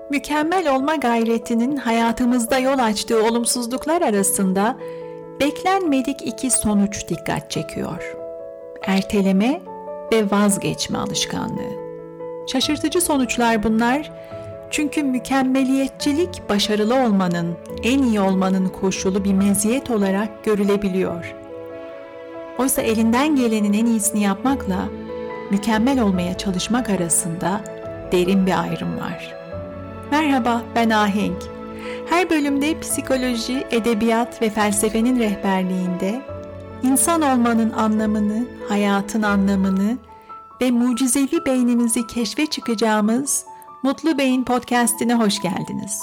Mükemmel olma gayretinin hayatımızda yol açtığı olumsuzluklar arasında beklenmedik iki sonuç dikkat çekiyor. Erteleme ve vazgeçme alışkanlığı. Şaşırtıcı sonuçlar bunlar, çünkü mükemmeliyetçilik başarılı olmanın, en iyi olmanın koşulu bir meziyet olarak görülebiliyor. Oysa elinden gelenin en iyisini yapmakla mükemmel olmaya çalışmak arasında derin bir ayrım var. Merhaba, ben Ahenk. Her bölümde psikoloji, edebiyat ve felsefenin rehberliğinde insan olmanın anlamını, hayatın anlamını ve mucizevi beynimizi keşfe çıkacağımız Mutlu Beyin Podcast'ine hoş geldiniz.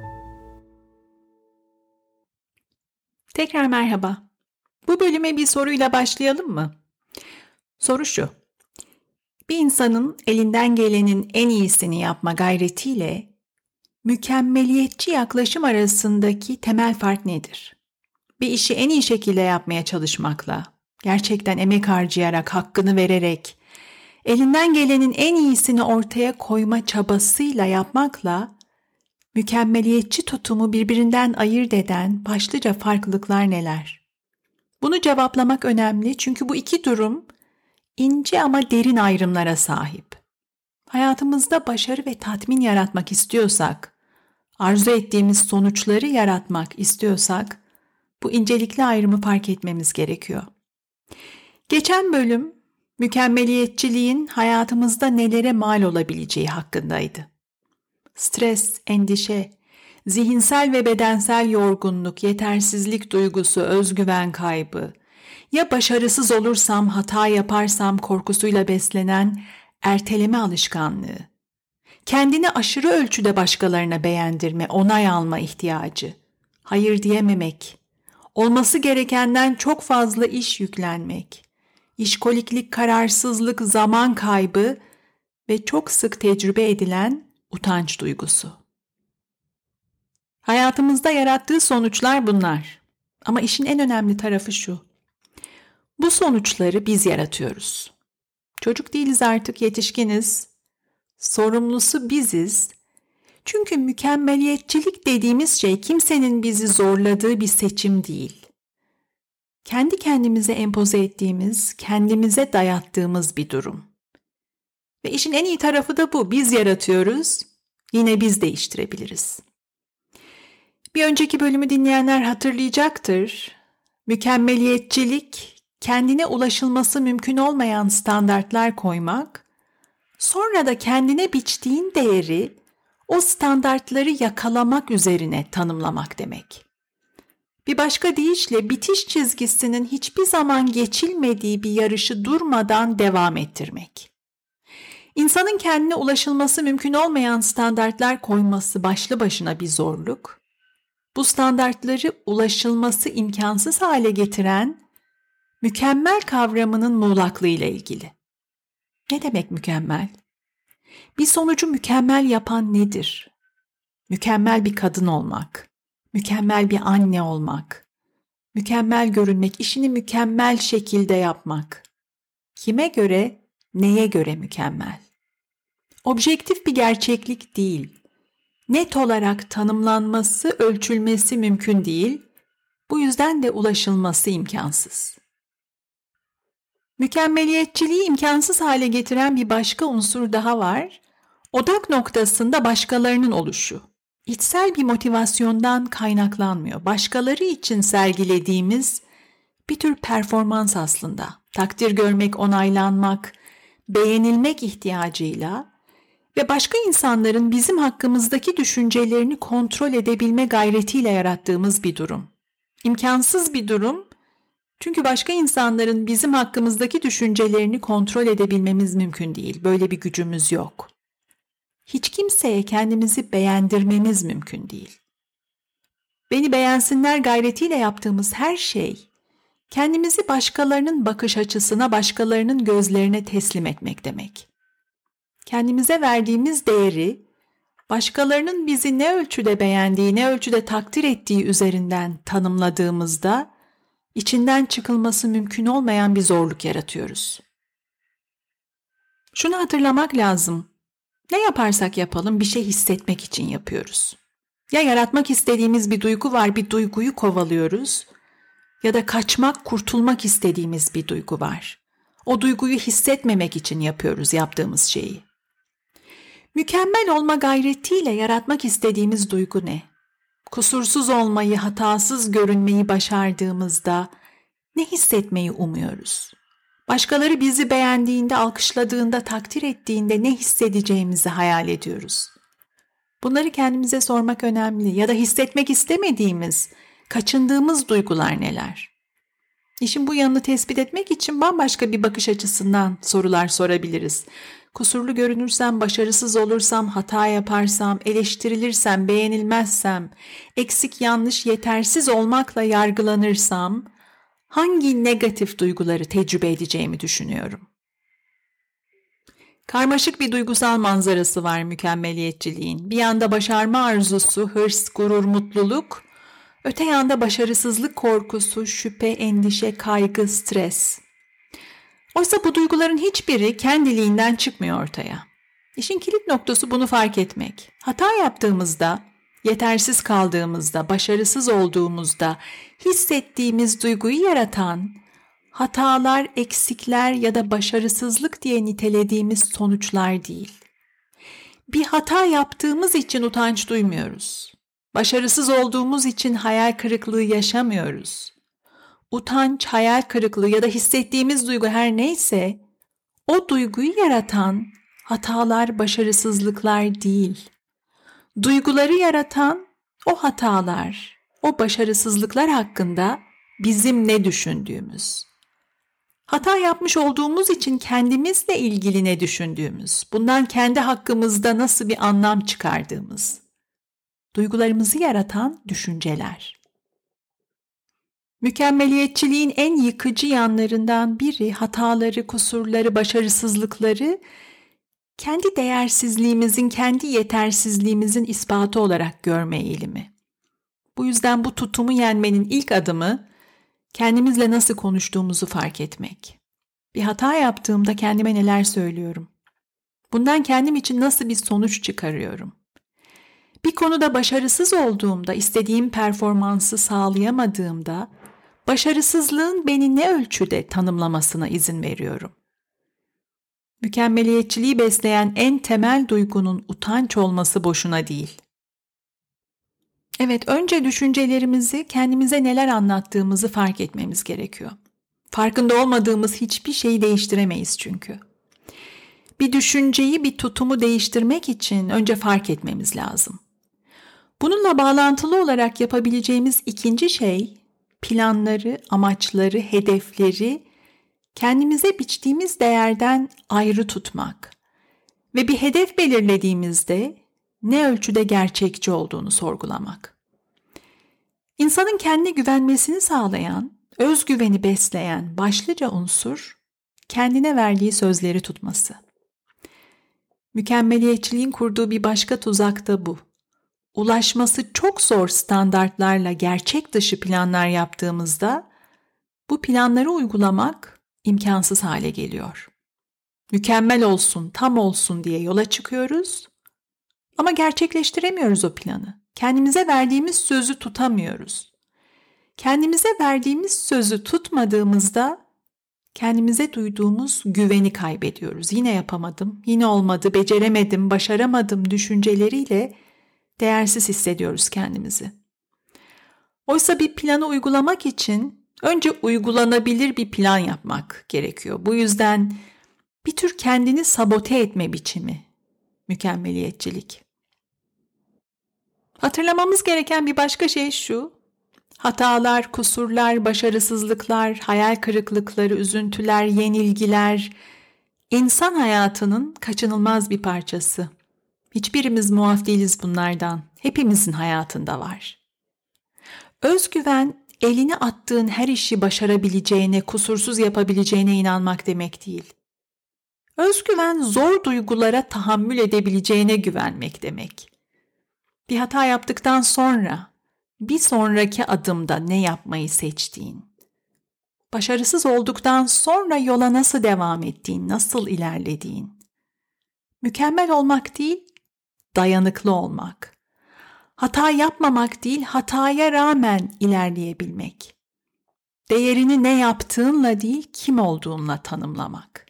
Tekrar merhaba. Bu bölüme bir soruyla başlayalım mı? Soru şu: bir insanın elinden gelenin en iyisini yapma gayretiyle mükemmeliyetçi yaklaşım arasındaki temel fark nedir? Bir işi en iyi şekilde yapmaya çalışmakla, gerçekten emek harcayarak, hakkını vererek, elinden gelenin en iyisini ortaya koyma çabasıyla yapmakla, mükemmeliyetçi tutumu birbirinden ayırt eden başlıca farklılıklar neler? Bunu cevaplamak önemli, çünkü bu iki durum ince ama derin ayrımlara sahip. Hayatımızda başarı ve tatmin yaratmak istiyorsak, arzu ettiğimiz sonuçları yaratmak istiyorsak, bu incelikli ayrımı fark etmemiz gerekiyor. Geçen bölüm, mükemmeliyetçiliğin hayatımızda nelere mal olabileceği hakkındaydı. Stres, endişe, zihinsel ve bedensel yorgunluk, yetersizlik duygusu, özgüven kaybı, ya başarısız olursam, hata yaparsam korkusuyla beslenen erteleme alışkanlığı, kendini aşırı ölçüde başkalarına beğendirme, onay alma ihtiyacı, hayır diyememek, olması gerekenden çok fazla iş yüklenmek, işkoliklik, kararsızlık, zaman kaybı ve çok sık tecrübe edilen utanç duygusu. Hayatımızda yarattığı sonuçlar bunlar. Ama işin en önemli tarafı şu: bu sonuçları biz yaratıyoruz. Çocuk değiliz artık, yetişkiniz. Sorumlusu biziz. Çünkü mükemmeliyetçilik dediğimiz şey kimsenin bizi zorladığı bir seçim değil. Kendi kendimize empoze ettiğimiz, kendimize dayattığımız bir durum. Ve işin en iyi tarafı da bu: biz yaratıyoruz, yine biz değiştirebiliriz. Bir önceki bölümü dinleyenler hatırlayacaktır. Mükemmeliyetçilik, kendine ulaşılması mümkün olmayan standartlar koymak, sonra da kendine biçtiğin değeri o standartları yakalamak üzerine tanımlamak demek. Bir başka deyişle bitiş çizgisinin hiçbir zaman geçilmediği bir yarışı durmadan devam ettirmek. İnsanın kendine ulaşılması mümkün olmayan standartlar koyması başlı başına bir zorluk. Bu standartları ulaşılması imkansız hale getiren mükemmel kavramının muğlaklığıyla ilgili. Ne demek mükemmel? Bir sonucu mükemmel yapan nedir? Mükemmel bir kadın olmak, mükemmel bir anne olmak, mükemmel görünmek, işini mükemmel şekilde yapmak. Kime göre, neye göre mükemmel? Objektif bir gerçeklik değil. Net olarak tanımlanması, ölçülmesi mümkün değil. Bu yüzden de ulaşılması imkansız. Mükemmeliyetçiliği imkansız hale getiren bir başka unsur daha var. Odak noktasında başkalarının oluşu. İçsel bir motivasyondan kaynaklanmıyor. Başkaları için sergilediğimiz bir tür performans aslında. Takdir görmek, onaylanmak, beğenilmek ihtiyacıyla ve başka insanların bizim hakkımızdaki düşüncelerini kontrol edebilme gayretiyle yarattığımız bir durum. İmkansız bir durum, çünkü başka insanların bizim hakkımızdaki düşüncelerini kontrol edebilmemiz mümkün değil. Böyle bir gücümüz yok. Hiç kimseye kendimizi beğendirmemiz mümkün değil. Beni beğensinler gayretiyle yaptığımız her şey, kendimizi başkalarının bakış açısına, başkalarının gözlerine teslim etmek demek. Kendimize verdiğimiz değeri, başkalarının bizi ne ölçüde beğendiği, ne ölçüde takdir ettiği üzerinden tanımladığımızda, içinden çıkılması mümkün olmayan bir zorluk yaratıyoruz. Şunu hatırlamak lazım: Ne yaparsak yapalım bir şey hissetmek için yapıyoruz. Ya yaratmak istediğimiz bir duygu var, bir duyguyu kovalıyoruz. Ya da kaçmak, kurtulmak istediğimiz bir duygu var. O duyguyu hissetmemek için yapıyoruz yaptığımız şeyi. Mükemmel olma gayretiyle yaratmak istediğimiz duygu ne? Kusursuz olmayı, hatasız görünmeyi başardığımızda ne hissetmeyi umuyoruz? Başkaları bizi beğendiğinde, alkışladığında, takdir ettiğinde ne hissedeceğimizi hayal ediyoruz. Bunları kendimize sormak önemli ya da hissetmek istemediğimiz, kaçındığımız duygular neler? İşin bu yanını tespit etmek için bambaşka bir bakış açısından sorular sorabiliriz. Kusurlu görünürsem, başarısız olursam, hata yaparsam, eleştirilirsem, beğenilmezsem, eksik, yanlış, yetersiz olmakla yargılanırsam hangi negatif duyguları tecrübe edeceğimi düşünüyorum. Karmaşık bir duygusal manzarası var mükemmeliyetçiliğin. Bir yanda başarma arzusu, hırs, gurur, mutluluk, öte yanda başarısızlık korkusu, şüphe, endişe, kaygı, stres. Oysa bu duyguların hiçbiri kendiliğinden çıkmıyor ortaya. İşin kilit noktası bunu fark etmek. Hata yaptığımızda, yetersiz kaldığımızda, başarısız olduğumuzda hissettiğimiz duyguyu yaratan, hatalar, eksikler ya da başarısızlık diye nitelediğimiz sonuçlar değil. Bir hata yaptığımız için utanç duymuyoruz. Başarısız olduğumuz için hayal kırıklığı yaşamıyoruz. Utanç, hayal kırıklığı ya da hissettiğimiz duygu her neyse, o duyguyu yaratan hatalar, başarısızlıklar değil. Duyguları yaratan o hatalar, o başarısızlıklar hakkında bizim ne düşündüğümüz. Hata yapmış olduğumuz için kendimizle ilgili ne düşündüğümüz, bundan kendi hakkımızda nasıl bir anlam çıkardığımız. Duygularımızı yaratan düşünceler. Mükemmeliyetçiliğin en yıkıcı yanlarından biri hataları, kusurları, başarısızlıkları kendi değersizliğimizin, kendi yetersizliğimizin ispatı olarak görme eğilimi. Bu yüzden bu tutumu yenmenin ilk adımı kendimizle nasıl konuştuğumuzu fark etmek. Bir hata yaptığımda kendime neler söylüyorum? Bundan kendim için nasıl bir sonuç çıkarıyorum? Bir konuda başarısız olduğumda, istediğim performansı sağlayamadığımda, başarısızlığın beni ne ölçüde tanımlamasına izin veriyorum? Mükemmeliyetçiliği besleyen en temel duygunun utanç olması boşuna değil. Evet, önce düşüncelerimizi, kendimize neler anlattığımızı fark etmemiz gerekiyor. Farkında olmadığımız hiçbir şeyi değiştiremeyiz çünkü. Bir düşünceyi, bir tutumu değiştirmek için önce fark etmemiz lazım. Bununla bağlantılı olarak yapabileceğimiz ikinci şey, planları, amaçları, hedefleri kendimize biçtiğimiz değerden ayrı tutmak ve bir hedef belirlediğimizde ne ölçüde gerçekçi olduğunu sorgulamak. İnsanın kendine güvenmesini sağlayan, özgüveni besleyen başlıca unsur, kendine verdiği sözleri tutması. Mükemmeliyetçiliğin kurduğu bir başka tuzak da bu. Ulaşması çok zor standartlarla gerçek dışı planlar yaptığımızda bu planları uygulamak imkansız hale geliyor. Mükemmel olsun, tam olsun diye yola çıkıyoruz ama gerçekleştiremiyoruz o planı. Kendimize verdiğimiz sözü tutamıyoruz. Kendimize verdiğimiz sözü tutmadığımızda kendimize duyduğumuz güveni kaybediyoruz. Yine yapamadım, yine olmadı, beceremedim, başaramadım düşünceleriyle değersiz hissediyoruz kendimizi. Oysa bir planı uygulamak için önce uygulanabilir bir plan yapmak gerekiyor. Bu yüzden bir tür kendini sabote etme biçimi mükemmeliyetçilik. Hatırlamamız gereken bir başka şey şu: hatalar, kusurlar, başarısızlıklar, hayal kırıklıkları, üzüntüler, yenilgiler insan hayatının kaçınılmaz bir parçası. Hiçbirimiz muaf değiliz bunlardan. Hepimizin hayatında var. Özgüven, eline attığın her işi başarabileceğine, kusursuz yapabileceğine inanmak demek değil. Özgüven, zor duygulara tahammül edebileceğine güvenmek demek. Bir hata yaptıktan sonra, bir sonraki adımda ne yapmayı seçtiğin, başarısız olduktan sonra yola nasıl devam ettiğin, nasıl ilerlediğin, Mükemmel olmak değil, dayanıklı olmak. Hata yapmamak değil, hataya rağmen ilerleyebilmek. Değerini ne yaptığınla değil, kim olduğunla tanımlamak.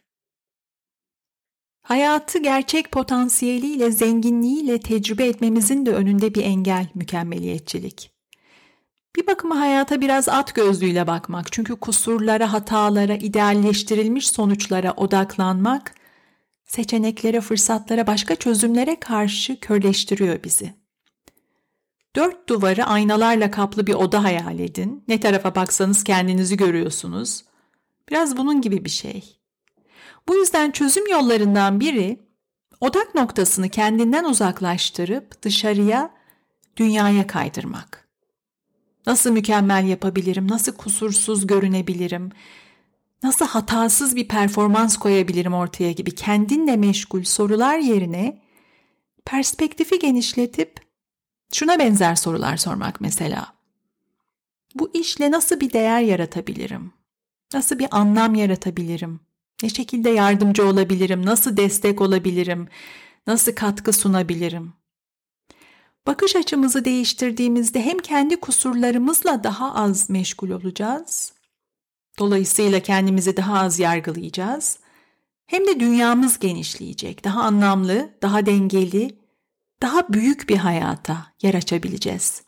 Hayatı gerçek potansiyeliyle, zenginliğiyle tecrübe etmemizin de önünde bir engel mükemmeliyetçilik. Bir bakıma hayata biraz at gözlüğüyle bakmak. Çünkü kusurlara, hatalara, idealleştirilmiş sonuçlara odaklanmak, seçeneklere, fırsatlara, başka çözümlere karşı körleştiriyor bizi. 4 duvarı aynalarla kaplı bir oda hayal edin. Ne tarafa baksanız kendinizi görüyorsunuz. Biraz bunun gibi bir şey. Bu yüzden çözüm yollarından biri, odak noktasını kendinden uzaklaştırıp dışarıya, dünyaya kaydırmak. Nasıl mükemmel yapabilirim? Nasıl kusursuz görünebilirim? Nasıl hatasız bir performans koyabilirim ortaya gibi kendinle meşgul sorular yerine perspektifi genişletip şuna benzer sorular sormak mesela. Bu işle nasıl bir değer yaratabilirim? Nasıl bir anlam yaratabilirim? Ne şekilde yardımcı olabilirim? Nasıl destek olabilirim? Nasıl katkı sunabilirim? Bakış açımızı değiştirdiğimizde hem kendi kusurlarımızla daha az meşgul olacağız, dolayısıyla kendimizi daha az yargılayacağız, hem de dünyamız genişleyecek, daha anlamlı, daha dengeli, daha büyük bir hayata yer açabileceğiz.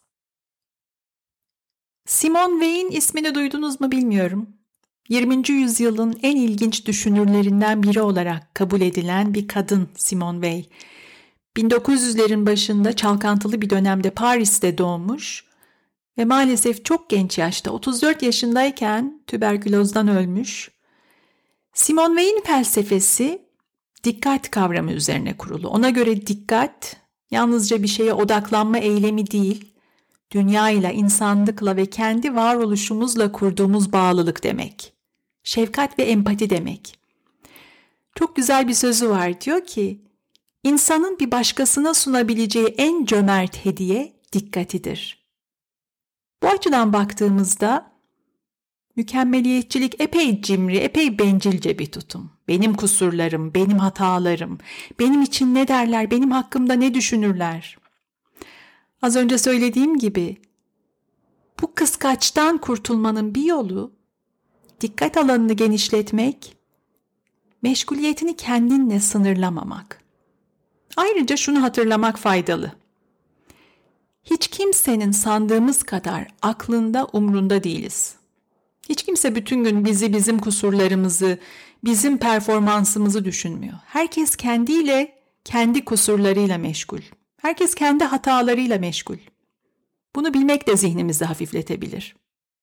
Simone Weil'in ismini duydunuz mu bilmiyorum. 20. yüzyılın en ilginç düşünürlerinden biri olarak kabul edilen bir kadın Simone Weil. 1900'lerin başında çalkantılı bir dönemde Paris'te doğmuş ve maalesef çok genç yaşta 34 yaşındayken tüberkülozdan ölmüş. Simone Weil'in felsefesi dikkat kavramı üzerine kurulu. Ona göre dikkat yalnızca bir şeye odaklanma eylemi değil, dünyayla, insanlıkla ve kendi varoluşumuzla kurduğumuz bağlılık demek. Şefkat ve empati demek. Çok güzel bir sözü var, diyor ki, İnsanın bir başkasına sunabileceği en cömert hediye dikkatidir. Bu açıdan baktığımızda mükemmeliyetçilik epey cimri, epey bencilce bir tutum. Benim kusurlarım, benim hatalarım, benim için ne derler, benim hakkımda ne düşünürler? Az önce söylediğim gibi bu kıskaçtan kurtulmanın bir yolu dikkat alanını genişletmek, meşguliyetini kendinle sınırlamamak. Ayrıca şunu hatırlamak faydalı. Hiç kimsenin sandığımız kadar aklında, umrunda değiliz. Hiç kimse bütün gün bizi, bizim kusurlarımızı, bizim performansımızı düşünmüyor. Herkes kendiyle, kendi kusurlarıyla meşgul. Herkes kendi hatalarıyla meşgul. Bunu bilmek de zihnimizi hafifletebilir.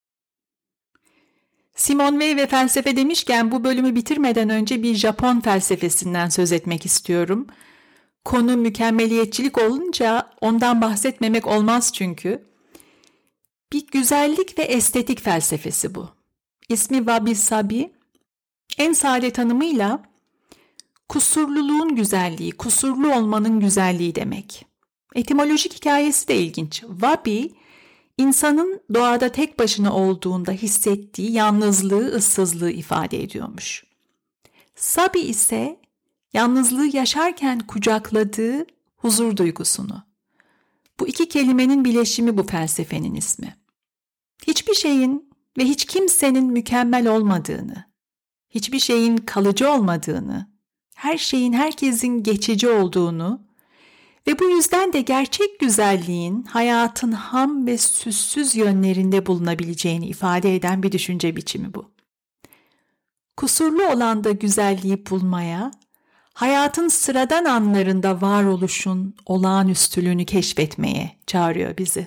Simone Weil ve felsefe demişken bu bölümü bitirmeden önce bir Japon felsefesinden söz etmek istiyorum. Konu mükemmeliyetçilik olunca ondan bahsetmemek olmaz çünkü. Bir güzellik ve estetik felsefesi bu. İsmi Wabi Sabi. En sade tanımıyla kusurluluğun güzelliği, kusurlu olmanın güzelliği demek. Etimolojik hikayesi de ilginç. Wabi, insanın doğada tek başına olduğunda hissettiği yalnızlığı, ıssızlığı ifade ediyormuş. Sabi ise yalnızlığı yaşarken kucakladığı huzur duygusunu. Bu iki kelimenin bileşimi bu felsefenin ismi. Hiçbir şeyin ve hiç kimsenin mükemmel olmadığını, hiçbir şeyin kalıcı olmadığını, her şeyin herkesin geçici olduğunu ve bu yüzden de gerçek güzelliğin hayatın ham ve süssüz yönlerinde bulunabileceğini ifade eden bir düşünce biçimi bu. Kusurlu olan da güzelliği bulmaya, hayatın sıradan anlarında varoluşun olağanüstülüğünü keşfetmeye çağırıyor bizi.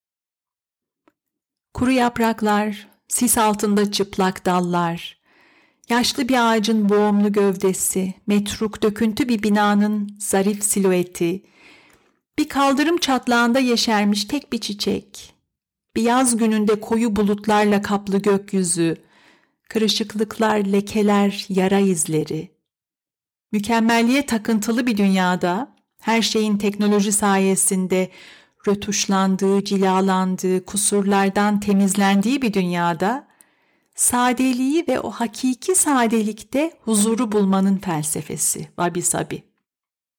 Kuru yapraklar, sis altında çıplak dallar, yaşlı bir ağacın boğumlu gövdesi, metruk döküntü bir binanın zarif silüeti, bir kaldırım çatlağında yeşermiş tek bir çiçek, bir yaz gününde koyu bulutlarla kaplı gökyüzü, kırışıklıklar, lekeler, yara izleri. Mükemmelliğe takıntılı bir dünyada, her şeyin teknoloji sayesinde rötuşlandığı, cilalandığı, kusurlardan temizlendiği bir dünyada, sadeliği ve o hakiki sadelikte huzuru bulmanın felsefesi Wabi Sabi.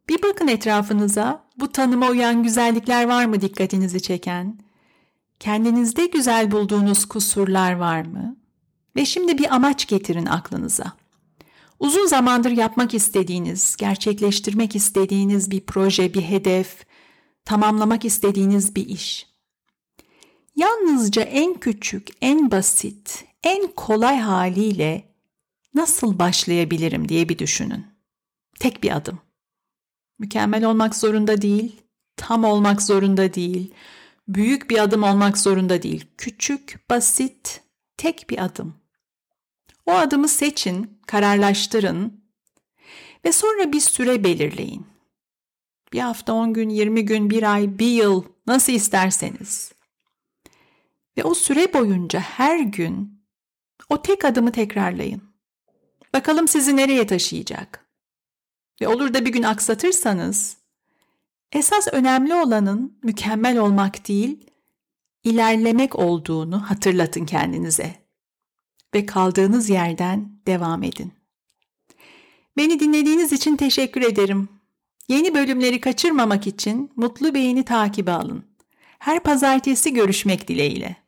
Bir bakın etrafınıza, bu tanıma uyan güzellikler var mı dikkatinizi çeken? Kendinizde güzel bulduğunuz kusurlar var mı? Ve şimdi bir amaç getirin aklınıza. Uzun zamandır yapmak istediğiniz, gerçekleştirmek istediğiniz bir proje, bir hedef, tamamlamak istediğiniz bir iş. Yalnızca en küçük, en basit, en kolay haliyle nasıl başlayabilirim diye bir düşünün. Tek bir adım. Mükemmel olmak zorunda değil, tam olmak zorunda değil, büyük bir adım olmak zorunda değil. Küçük, basit, tek bir adım. O adımı seçin, kararlaştırın ve sonra bir süre belirleyin. Bir hafta, 10 gün, 20 gün, bir ay, bir yıl nasıl isterseniz. Ve o süre boyunca her gün o tek adımı tekrarlayın. Bakalım sizi nereye taşıyacak? Ve olur da bir gün aksatırsanız, esas önemli olanın mükemmel olmak değil, ilerlemek olduğunu hatırlatın kendinize. Ve kaldığınız yerden devam edin. Beni dinlediğiniz için teşekkür ederim. Yeni bölümleri kaçırmamak için Mutlu Beyin'i takibe alın. Her pazartesi görüşmek dileğiyle.